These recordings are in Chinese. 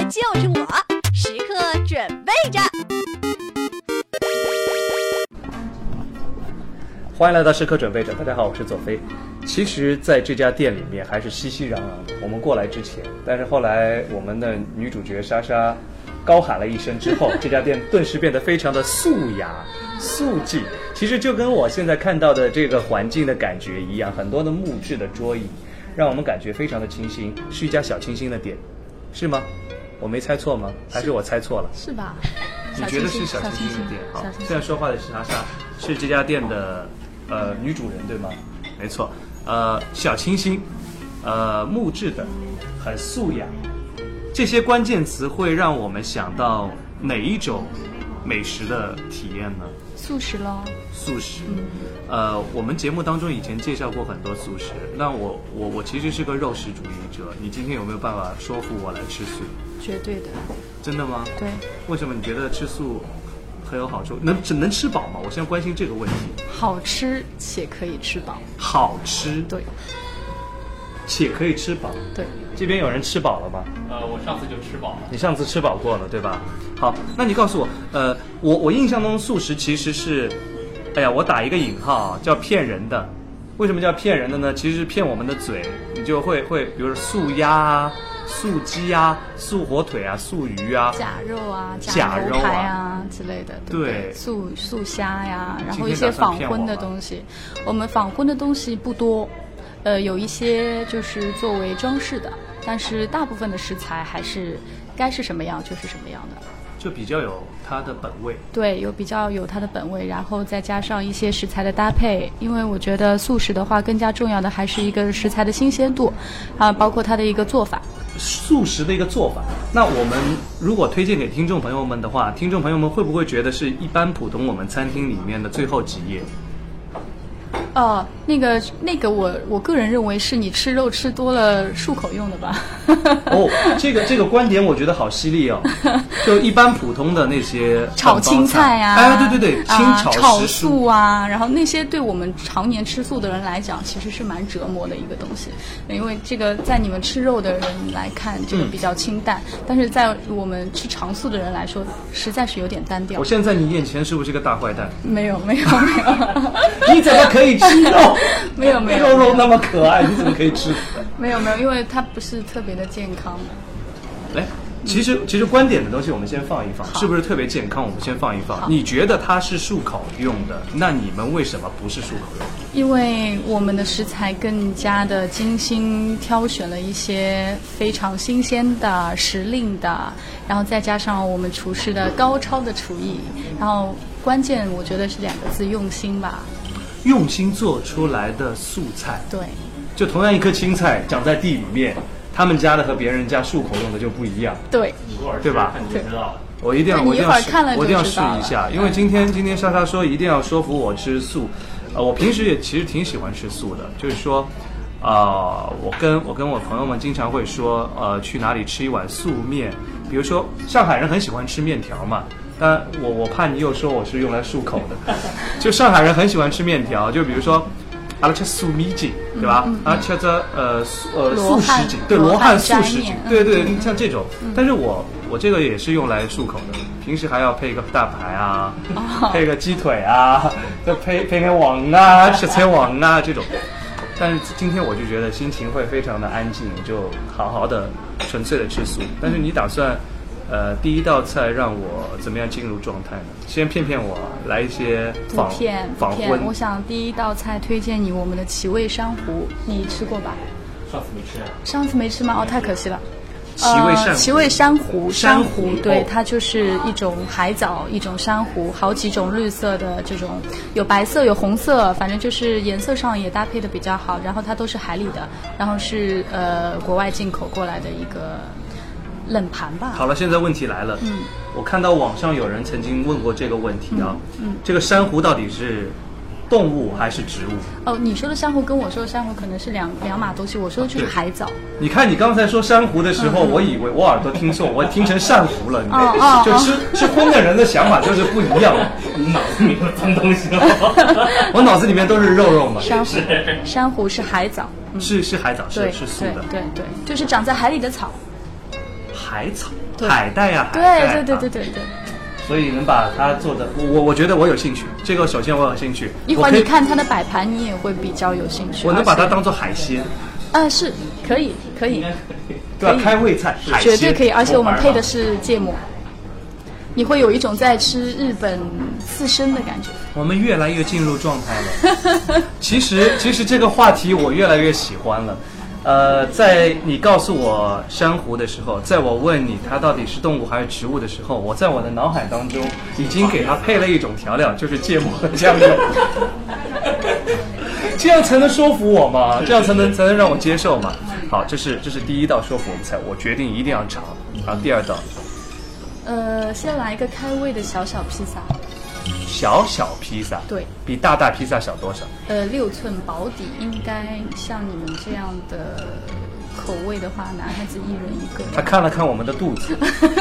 就是我，时刻准备着。 欢迎来到时刻准备着，大家好，我是左飞。其实在这家店里面还是熙熙攘攘的，我们过来之前，但是后来我们的女主角莎莎高喊了一声之后，这家店顿时变得非常的素雅素净。其实就跟我现在看到的这个环境的感觉一样，很多的木质的桌椅让我们感觉非常的清新，是一家小清新的店，是吗？我没猜错吗？还是我猜错了？ 是吧？ 你觉得是小清新的店？好，现在说话的是莎莎，是这家店的女主人对吗？没错，小清新，木质的，很素雅，这些关键词会让我们想到哪一种美食的体验呢？ 素食咯。 素食，我们节目当中以前介绍过很多素食，那我其实是个肉食主义者，你今天有没有办法说服我来吃素？ 绝对的。 真的吗？ 对。 为什么你觉得吃素很有好处？能吃饱吗？我现在关心这个问题。 好吃且可以吃饱。 好吃。 对。 且可以吃饱。 对。 这边有人吃饱了吗？ 我上次就吃饱了。 你上次吃饱过了，对吧？好，那你告诉我，我印象中素食其实是，哎呀，我打一个引号，叫骗人的。为什么叫骗人的呢？其实是骗我们的嘴，你就会，比如说素鸭啊、素鸡啊、素火腿啊、素鱼啊、 假肉啊、假牛排啊之类的，对，素虾呀，然后一些仿荤的东西。我们仿荤的东西不多，有一些就是作为装饰的，但是大部分的食材还是该是什么样就是什么样的。 就比较有它的本味。 对，比较有它的本味，然后再加上一些食材的搭配，因为我觉得素食的话更加重要的还是一个食材的新鲜度啊，包括它的一个做法。 素食的一个做法，那我们如果推荐给听众朋友们的话，听众朋友们会不会觉得是一般普通我们餐厅里面的最后几页？ 那个我个人认为是你吃肉吃多了漱口用的吧。 这个观点我觉得好犀利哦。就一般普通的那些炒青菜啊， 对，清炒素啊，然后那些对我们常年吃素的人来讲，其实是蛮折磨的一个东西。因为这个在你们吃肉的人来看，这个比较清淡，但是在我们吃常素的人来说，实在是有点单调。 我现在在你眼前是不是个大坏蛋？ 没有。 你怎么可以吃肉？ 没有， 肉那么可爱，你怎么可以吃？ 没有，因为它不是特别的健康。 其实观点的东西我们先放一放，是不是特别健康？我们先放一放。你觉得它是漱口用的，那你们为什么不是漱口用？ 因为我们的食材更加的精心挑选了一些非常新鲜的时令的，然后再加上我们厨师的高超的厨艺，然后关键我觉得是2个字：用心吧。 用心做出来的素菜。 对。 就同样一颗青菜长在地里面，他们家的和别人家漱口用的就不一样。 对。 对吧？ 你就知道了。 我一定要试一下，因为今天莎莎说一定要说服我吃素。我平时也其实挺喜欢吃素的，就是说，我跟我朋友们经常会说，去哪里吃一碗素面，比如说上海人很喜欢吃面条嘛，但我怕你又说我是用来漱口的，就上海人很喜欢吃面条，就比如说。阿拉吃素米锦，对吧？吃着素食锦，对，罗汉素食锦，对，像这种。但是我这个也是用来漱口的，平时还要配一个大排啊，配个鸡腿啊，再配个网啊，吃菜网啊这种。但是今天我就觉得心情会非常的安静，就好好的纯粹的吃素。但是你打算第一道菜让我怎么样进入状态呢？先骗我，来一些仿荤。 我想第一道菜推荐你我们的奇味珊瑚，你吃过吧？ 上次没吃。 上次没吃吗？太可惜了。 奇味珊瑚， 对，它就是一种海藻，一种珊瑚，好几种绿色的这种，有白色有红色，反正就是颜色上也搭配的比较好。然后它都是海里的，然后是国外进口过来的一个冷盘吧。 好了，现在问题来了。我看到网上有人曾经问过这个问题啊。这个珊瑚到底是动物还是植物？ 你说的珊瑚跟我说的珊瑚可能是两码东西，我说的就是海藻。 你看你刚才说珊瑚的时候，我以为我耳朵听错，我听成珊瑚了。就吃荤的人的想法就是不一样。 你脑子里有脏东西了。 我脑子里面都是肉嘛。 珊瑚是海藻。 是海藻，是素的。 对，就是长在海里的草。 海草、海带啊，海带对。 所以能把它做的，我觉得我有兴趣。这个首先我有兴趣。 一会儿你看它的摆盘，你也会比较有兴趣。 我能把它当做海鲜。 是可以， 对吧？开胃菜，海鲜绝对可以，而且我们配的是芥末，你会有一种在吃日本刺身的感觉。 我们越来越进入状态了。其实这个话题我越来越喜欢了。在你告诉我珊瑚的时候，在我问你它到底是动物还是植物的时候，我在我的脑海当中已经给它配了一种调料，就是芥末和酱油。这样才能说服我嘛，这样才能让我接受嘛。好，这是第一道说服我的菜，我决定一定要尝。然后第二道， 先来一个开胃的小披萨。 小披萨， 对， 比大披萨小多少 ？6寸薄底，应该像你们这样的口味的话，男孩子1人1个。 他看了看我们的肚子，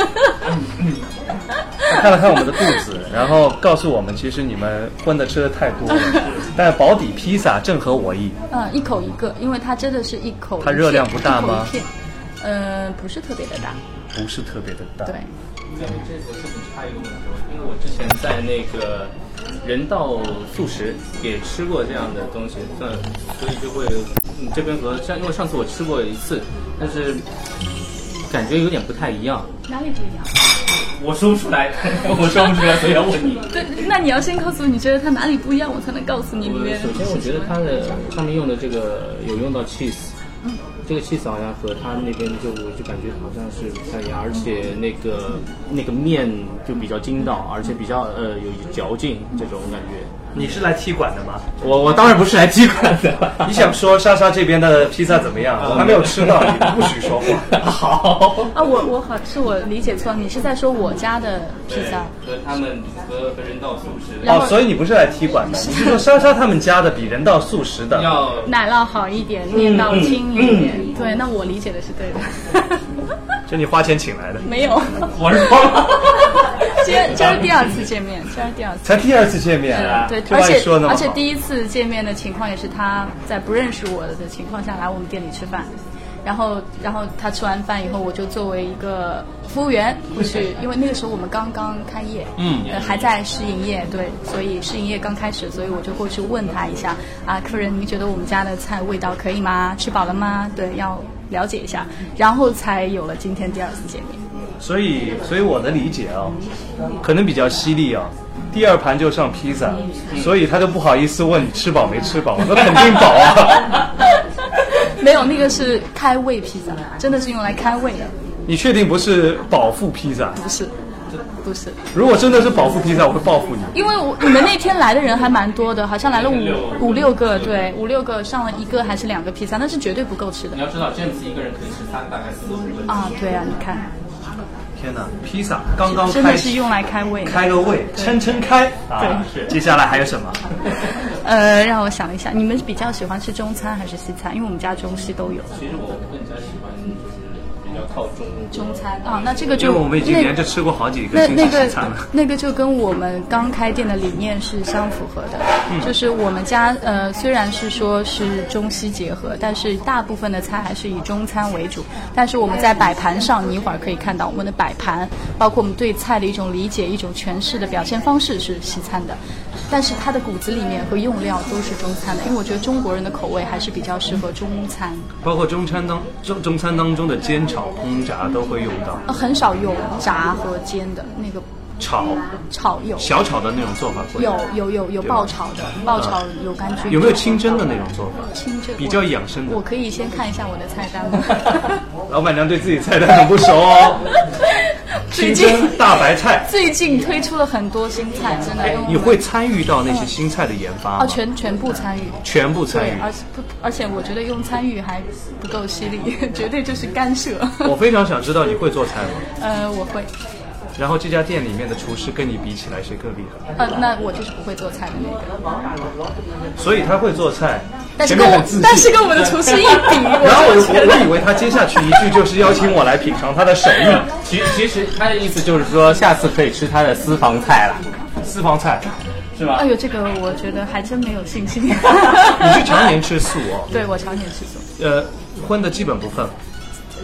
然后告诉我们，其实你们荤的吃的太多了，但薄底披萨正合我意。 一口一个，因为它真的是一口一片。 它热量不大吗？ 不是特别的大。 不是特别的大。 对。 这我是不插一个问题，因为我之前在那个人道素食也吃过这样的东西，所以就会这边因为上次我吃过一次，但是感觉有点不太一样。 哪里不一样？ 我说不出来，所以要问你。 对，那你要先告诉我，你觉得它哪里不一样，我才能告诉你。 首先，我觉得它的上面用的这个有用到 cheese。这个 cheese 好像和他那边就感觉好像是不太一样，而且那个面就比较筋道，而且比较有嚼劲这种感觉。 你是来踢馆的吗？ 我当然不是来踢馆的。 你想说莎莎这边的披萨怎么样？我还没有吃到，你不许说话。 好。 是我理解错了，你是在说我家的披萨？ 和他们和人道素食。 所以你不是来踢馆的，你是说莎莎他们家的比人道素食的要奶酪好一点，面道轻一点。对，那我理解的是对的。 就你花钱请来的？ 没有， 我是疯了。 这是第2次见面， 才第2次见面啊！ 对，而且第1次见面的情况也是他在不认识我的情况下来我们店里吃饭，然后他吃完饭以后，我就作为一个服务员过去，因为那个时候我们刚刚开业，还在试营业，对，所以试营业刚开始，所以我就过去问他一下客人，您觉得我们家的菜味道可以吗？吃饱了吗？对，要了解一下，然后才有了今天第2次见面。 所以我的理解可能比较犀利第2盘就上披萨，所以他就不好意思问你吃饱没吃饱，我说肯定饱啊。 没有，那个是开胃披萨，真的是用来开胃的。 你确定不是饱腹披萨？ 不是。 如果真的是饱腹披萨，我会报复你。 因为你们那天来的人还蛮多的，好像来了五六个，对，5-6个上了1个还是2个披萨，那是绝对不够吃的。 你要知道，这样子一个人可以吃大概4-5个。 对啊，你看。 天哪，披萨刚刚开， 真的是用来开胃的， 开个胃，撑开对， 接下来还有什么？ 让我想一下，你们比较喜欢吃中餐还是西餐？因为我们家中西都有。 其实我更加喜欢比较靠中餐那这个就因为我们已经连着吃过好几个星期西餐了。 那个就跟我们刚开店的理念是相符合的，就是我们家虽然是说是中西结合，但是大部分的菜还是以中餐为主。但是我们在摆盘上，你一会儿可以看到我们的摆盘，包括我们对菜的一种理解、一种诠释的表现方式是西餐的，但是它的骨子里面和用料都是中餐的，因为我觉得中国人的口味还是比较适合中餐， 包括中餐当中的煎炒烹炸都会用到。 很少用炸和煎的那个。 炒有小炒的那种做法会有爆炒的，爆炒有柑橘。 有没有清蒸的那种做法？ 清蒸比较养生的。 我可以先看一下我的菜单吗？ 老板娘对自己菜单很不熟清蒸大白菜最近推出了很多新菜，真的。 你会参与到那些新菜的研发吗？ 全部参与。 全部参与。 而且我觉得用参与还不够犀利，绝对就是干涉。 我非常想知道你会做菜吗？ 我会。 然后这家店里面的厨师跟你比起来谁更厉害？ 那我就是不会做菜的那个。 所以他会做菜， 但是跟我们的厨师一比， 然后我以为他接下去一句就是邀请我来品尝他的手艺。 其实他的意思就是说，下次可以吃他的私房菜了。 私房菜是吧？ 哎呦，这个我觉得还真没有信心。 你是常年吃素对，我常年吃素。 荤的基本不分。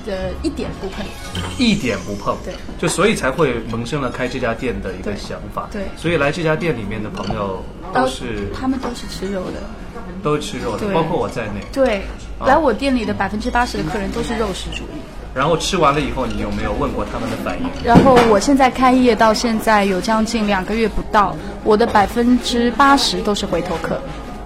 一点不碰， 一点不碰， 对， 就所以才会萌生了开这家店的一个想法， 对， 所以来这家店里面的朋友都是， 他们都是吃肉的， 都是吃肉的，包括我在内， 对，来我店里的80%的客人都是肉食主义。 然后吃完了以后，你有没有问过他们的反应？ 然后我现在开业到现在有将近2个月不到，我的80%都是回头客。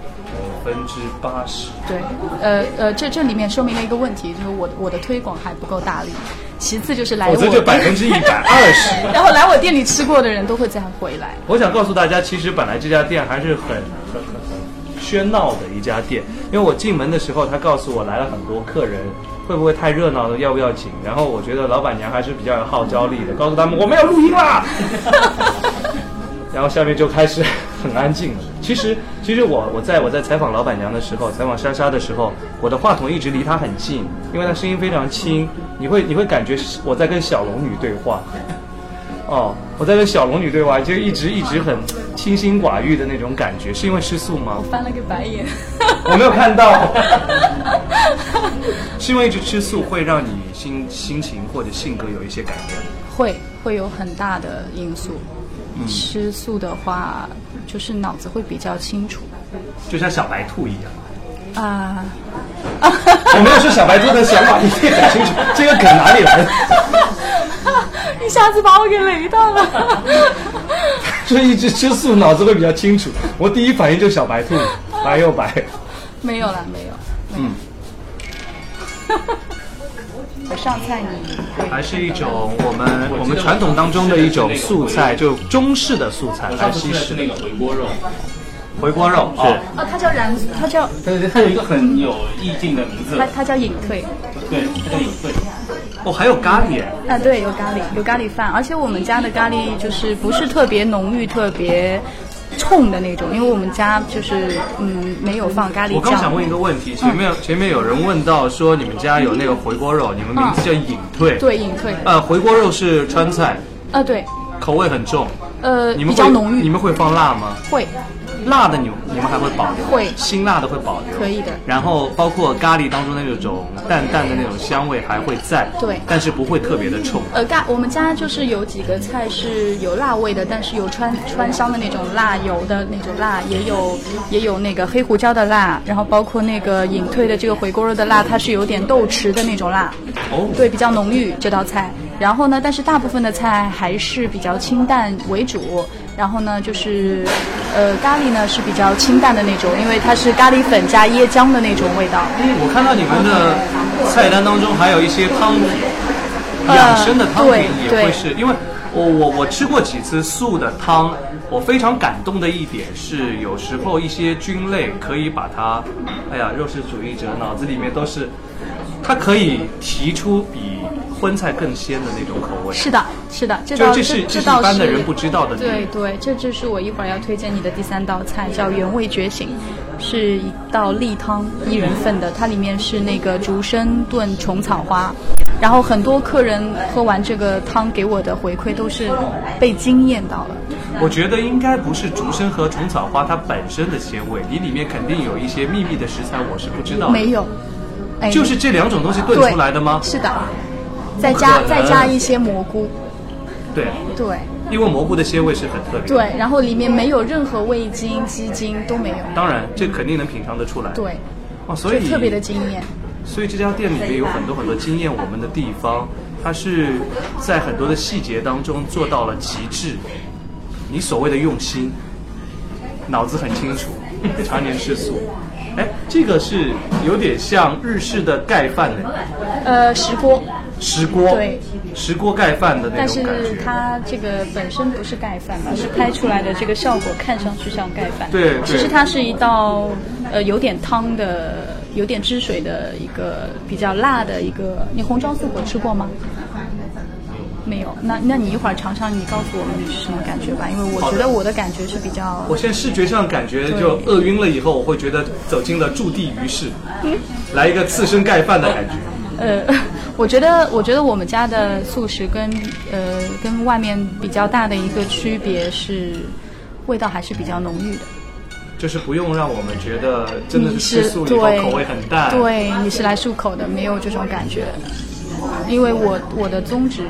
80%。 对，这里面说明了一个问题，就是我的推广还不够大力。其次就是来我， 否则就120%。 然后来我店里吃过的人都会再回来。 我想告诉大家，其实本来这家店还是很喧闹的一家店，因为我进门的时候，他告诉我来了很多客人。会不会太热闹了？要不要紧？然后我觉得老板娘还是比较有号召力的，告诉他们我们要录音啦。然后下面就开始很安静了。其实我在采访老板娘的时候，采访莎莎的时候，我的话筒一直离她很近，因为她声音非常轻，你会感觉我在跟小龙女对话。哦，我在跟小龙女对话，就一直很清心寡欲的那种感觉，是因为吃素吗？ 我翻了个白眼， 我没有看到。是因为一直吃素会让你心情或者性格有一些改变？ 会有很大的因素。吃素的话，就是脑子会比较清楚， 就像小白兔一样。我没有说小白兔的想法，你可以讲清楚，这个梗哪里来的？ 一下子把我给雷到了。 所以一直吃素，脑子会比较清楚。我第一反应就是小白兔，白又白。 没有了，没有。我上菜你还是一种我们传统当中的一种素菜，就中式的素菜，还是西式的那个回锅肉。 回锅肉是它叫它叫它有一个很有意境的名字， 它叫隐退， 对，它叫隐退。 哦，还有咖喱啊，对，有咖喱饭，而且我们家的咖喱就是不是特别浓郁、特别冲的那种，因为我们家就是没有放咖喱酱。 我刚想问一个问题，前面有人问到说你们家有那个回锅肉，你们名字叫隐退， 对，隐退。 回锅肉是川菜， 对， 口味很重， 比较浓郁。 你们会放辣吗？ 会。 辣的你们还会保留？ 会， 辛辣的会保留， 可以的。 然后包括咖喱当中的那种淡淡的那种香味还会在， 对， 但是不会特别的冲。 我们家就是有几个菜是有辣味的，但是有川香的那种辣油的那种辣，也有那个黑胡椒的辣，然后包括那个隐退的这个回锅肉的辣，它是有点豆豉的那种辣，对，比较浓郁这道菜。然后呢，但是大部分的菜还是比较清淡为主。然后呢，就是咖喱呢是比较清淡的那种，因为它是咖喱粉加椰浆的那种味道。 我看到你们的菜单当中还有一些汤品，养生的汤品也会是，因为我吃过几次素的汤，我非常感动的一点是，有时候一些菌类可以把它，肉食主义者脑子里面都是，它可以提出比荤菜更鲜的那种口味。是的，这是一般的人不知道的。 对，这就是我一会儿要推荐你的第3道菜，叫原味觉醒，是一道例汤，1人份的，它里面是那个竹笙炖虫草花。然后很多客人喝完这个汤给我的回馈都是被惊艳到了。 我觉得应该不是竹笙和虫草花它本身的鲜味，你里面肯定有一些秘密的食材，我是不知道的。 没有， 就是这2种东西炖出来的吗？ 是的，再加一些蘑菇。对， 因为蘑菇的鲜味是很特别的。 对，然后里面没有任何味精、鸡精都没有。 当然，这肯定能品尝得出来。 对， 所以特别的惊艳。 所以这家店里面有很多惊艳我们的地方，它是在很多的细节当中做到了极致。你所谓的用心，脑子很清楚，常年吃素。这个是有点像日式的盖饭的。石锅。对。石锅盖饭的那种感觉。但是它这个本身不是盖饭吧，是拍出来的这个效果看上去像盖饭。 对。 其实它是一道有点汤的。有点汁水的一个比较辣的一个，你红椒素有吃过吗？没有，那你一会儿尝尝，你告诉我们你是什么感觉吧，因为我觉得我的感觉是比较。 我现在视觉上感觉就饿晕了以后，我会觉得走进了驻地于市，来一个刺身盖饭的感觉。 我觉得我们家的素食跟外面比较大的一个区别是，味道还是比较浓郁的。 就是不用让我们觉得真的是吃素以后口味很淡。 对，你是来漱口的，没有这种感觉。 因为我的宗旨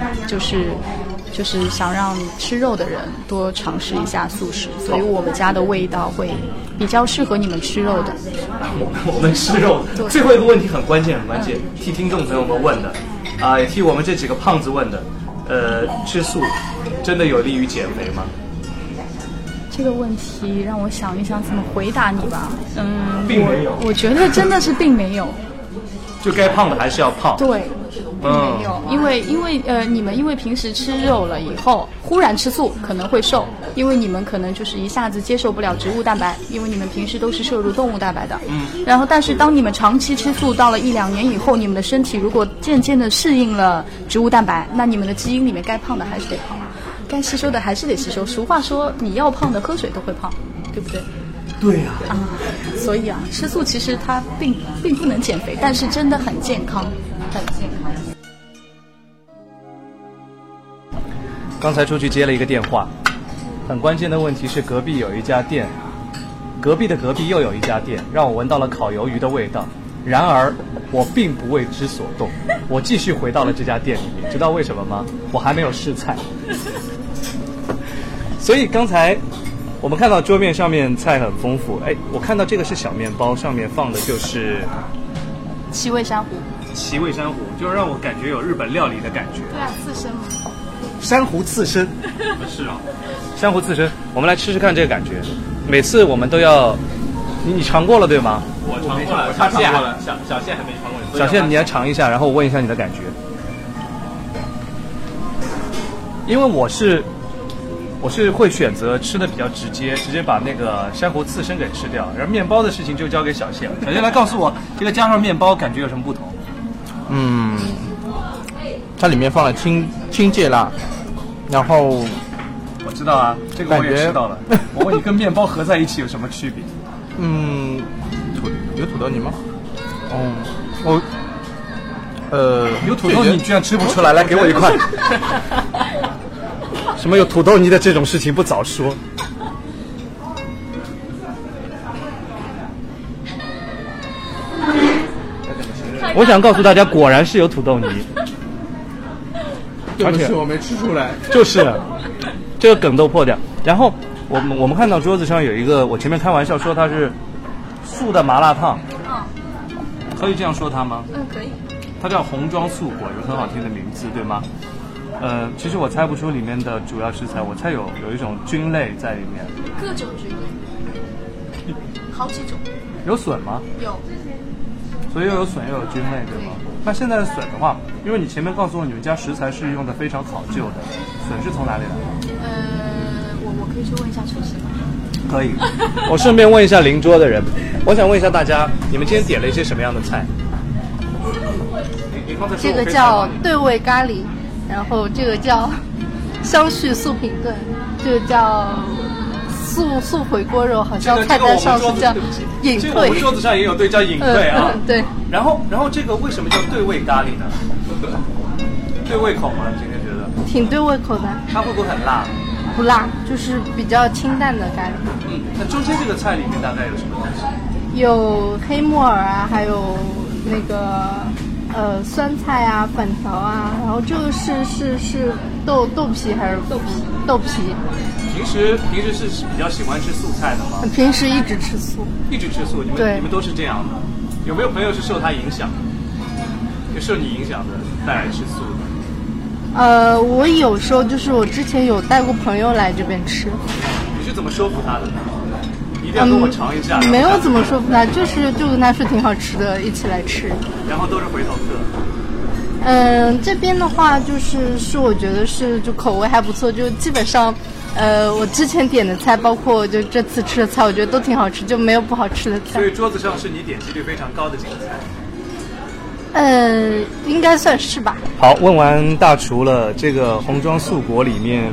就是想让吃肉的人多尝试一下素食，所以我们家的味道会比较适合你们吃肉的。 我们吃肉的。最后一个问题很关键，替听众朋友们问的，也替我们这几个胖子问的，吃素真的有利于减肥吗？ 这个问题让我想一想怎么回答你吧。 并没有。 我觉得真的是并没有。 就该胖的还是要胖。 对。并没有，因为你们因为平时吃肉了以后，忽然吃素可能会瘦，因为你们可能就是一下子接受不了植物蛋白，因为你们平时都是摄入动物蛋白的。然后但是当你们长期吃素到了1-2年以后，你们的身体如果渐渐的适应了植物蛋白，那你们的基因里面该胖的还是得胖，该吸收的还是得吸收。俗话说，你要胖的喝水都会胖，对不对？ 对呀。 所以吃素其实它并不能减肥，但是真的很健康，很健康。 刚才出去接了一个电话，很关键的问题是隔壁有一家店，隔壁的隔壁又有一家店，让我闻到了烤鱿鱼的味道。然而我并不为之所动，我继续回到了这家店里面。知道为什么吗？我还没有试菜。所以刚才我们看到桌面上面菜很丰富，我看到这个是小面包，上面放的就是七味珊瑚。 七味珊瑚就让我感觉有日本料理的感觉。 对啊，刺身嘛。 珊瑚刺身。是啊，珊瑚刺身，我们来吃吃看这个感觉。每次我们都要，你尝过了对吗？ 我尝过了，他尝过了，小谢还没尝过。 小谢你来尝一下，然后我问一下你的感觉。因为我是会选择吃的比较直接把那个珊瑚刺身给吃掉，然后面包的事情就交给小谢了。小谢来告诉我，这个加上面包感觉有什么不同？ 它里面放了青芥辣，然后我知道啊，这个我也知道了。我问你，跟面包合在一起有什么区别？ 有土豆泥吗？ 有土豆泥居然吃不出来，来给我一块。什么有土豆泥的这种事情不早说？我想告诉大家，果然是有土豆泥。 对不起，我没吃出来。 就是这个梗都破掉。然后我们看到桌子上有一个，我前面开玩笑说它是素的麻辣烫。可以这样说它吗？ 可以。 它叫红装素果，有很好听的名字，对吗？其实我猜不出里面的主要食材，我猜有一种菌类在里面。 各种菌类，好几种。 有笋吗？ 有。 所以又有笋又有菌类，对吗？那现在的笋的话，因为你前面告诉我你们家食材是用的非常考究的，笋是从哪里来的？ 我可以去问一下厨师吗？ 可以。我顺便问一下邻桌的人，我想问一下大家，你们今天点了一些什么样的菜？ 这个叫对味咖喱，然后这个叫香絮素品炖，这个叫素回锅肉，好像菜单上是叫隐退。 我们桌子上也有对，叫隐退啊。 对。 然后这个为什么叫对味咖喱呢？对胃口吗？你今天觉得？ 挺对胃口的。 它会不会很辣？ 不辣，就是比较清淡的咖喱。 那中间这个菜里面大概有什么东西？ 有黑木耳啊，还有那个酸菜啊、粉条啊，然后这个是豆皮还是豆皮？ 平时是比较喜欢吃素菜的吗？ 平时一直吃素。 一直吃素，你们都是这样的？有没有朋友是受他影响？就受你影响的带来吃素的？ 我有时候就是我之前有带过朋友来这边吃。 你是怎么说服他的呢？一定要跟我尝一下。 没有怎么说服他，就跟他说挺好吃的，一起来吃。 然后都是回头客。 这边的话是我觉得是就口味还不错，就基本上我之前点的菜，包括就这次吃的菜，我觉得都挺好吃，就没有不好吃的菜。 所以桌子上是你点击率非常高的几个菜。 应该算是吧。 好，问完大厨了，这个红装素果里面，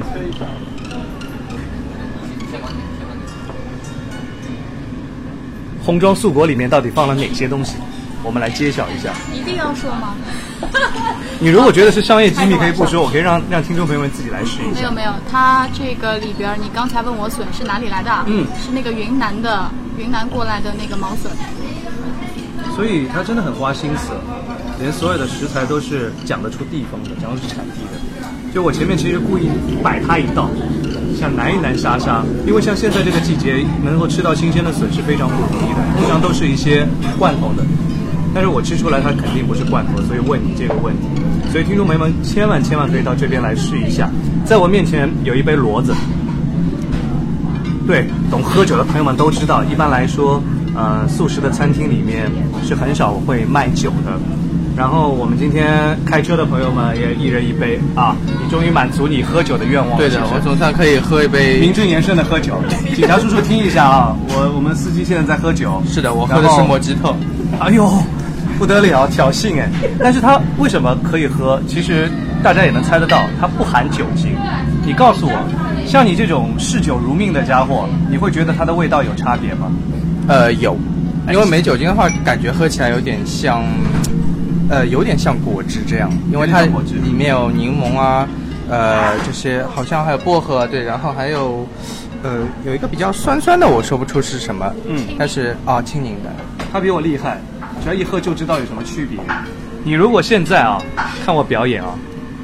红装素果里面到底放了哪些东西？我们来揭晓一下。 一定要说吗？ 你如果觉得是商业机密，可以不说，我可以让听众朋友们自己来试一下。 没有，它这个里边，你刚才问我笋是哪里来的？是那个云南过来的那个毛笋。 所以它真的很花心思。 连所有的食材都是讲得出地方的，讲得出产地的。就我前面其实故意摆它一道，想难一难莎莎，因为像现在这个季节能够吃到新鲜的笋是非常不容易的，通常都是一些罐头的。但是我吃出来它肯定不是罐头，所以问你这个问题。所以听众朋友们千万可以到这边来试一下。在我面前有一杯骡子，对，懂喝酒的朋友们都知道，一般来说素食的餐厅里面是很少会卖酒的。然后我们今天开车的朋友们也一人一杯啊，你终于满足你喝酒的愿望了。 对的，我总算可以喝一杯名正言顺的喝酒。警察叔叔听一下啊，我们司机现在在喝酒。 是的，我喝的是摩吉特。 哎呦，不得了，挑衅哎！但是它为什么可以喝？其实大家也能猜得到，它不含酒精。你告诉我，像你这种嗜酒如命的家伙，你会觉得它的味道有差别吗？ 有，因为没酒精的话，感觉喝起来有点像。有点像果汁这样，因为它里面有柠檬啊，这些好像还有薄荷，对，然后还有，有一个比较酸的，我说不出是什么，但是青柠的， 他比我厉害，只要一喝就知道有什么区别。你如果现在看我表演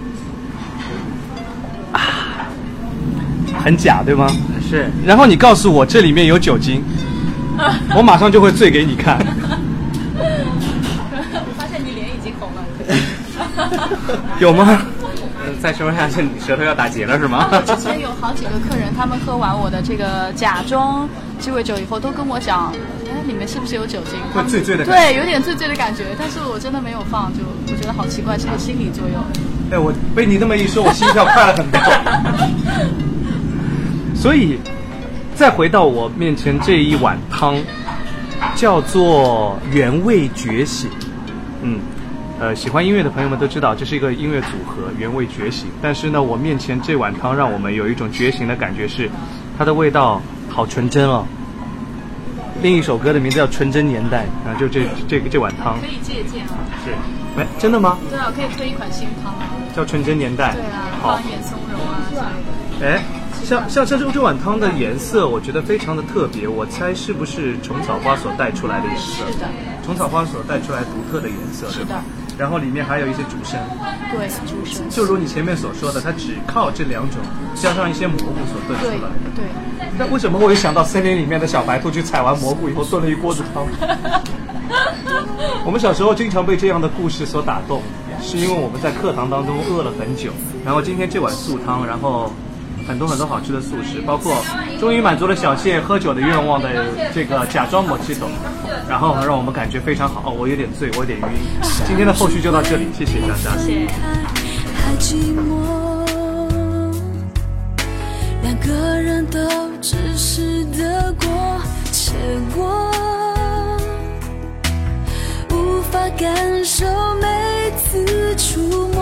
很假对吗？ 是。 然后你告诉我这里面有酒精，我马上就会醉给你看。有吗？ 再说下去，你舌头要打结了是吗？ 之前有好几个客人，他们喝完我的这个假装鸡尾酒以后，都跟我讲，里面是不是有酒精？ 会醉醉的感觉。 对，有点醉醉的感觉，但是我真的没有放，就我觉得好奇怪，是个心理作用。 哎，我被你那么一说，我心跳快了很多。所以，再回到我面前这一碗汤，叫做原味觉醒。喜欢音乐的朋友们都知道，这是一个音乐组合，原味觉醒。但是呢，我面前这碗汤让我们有一种觉醒的感觉，是它的味道好纯真哦。另一首歌的名字叫《纯真年代》啊，就这碗汤可以借鉴啊。 是，哎，真的吗？ 对啊，可以推一款新汤啊， 叫《纯真年代》。 对啊，放一点松茸啊之类的。 哎，像这碗汤的颜色，我觉得非常的特别。我猜是不是虫草花所带出来的颜色？ 是的， 虫草花所带出来独特的颜色。 是的。 然后里面还有一些主参， 对，主参。 就如你前面所说的，它只靠这两种，加上一些蘑菇所炖出来的。 对。 那为什么我会想到森林里面的小白兔去采完蘑菇以后炖了一锅子汤？我们小时候经常被这样的故事所打动，是因为我们在课堂当中饿了很久，然后今天这碗素汤，然后很多好吃的素食，包括终于满足了小谢喝酒的愿望的这个假装摩吉朵，然后让我们感觉非常好。我有点醉，我有点晕。今天的后续就到这里，谢谢大家。 谢谢。 两个人都只是得过且过，无法感受每次触摸。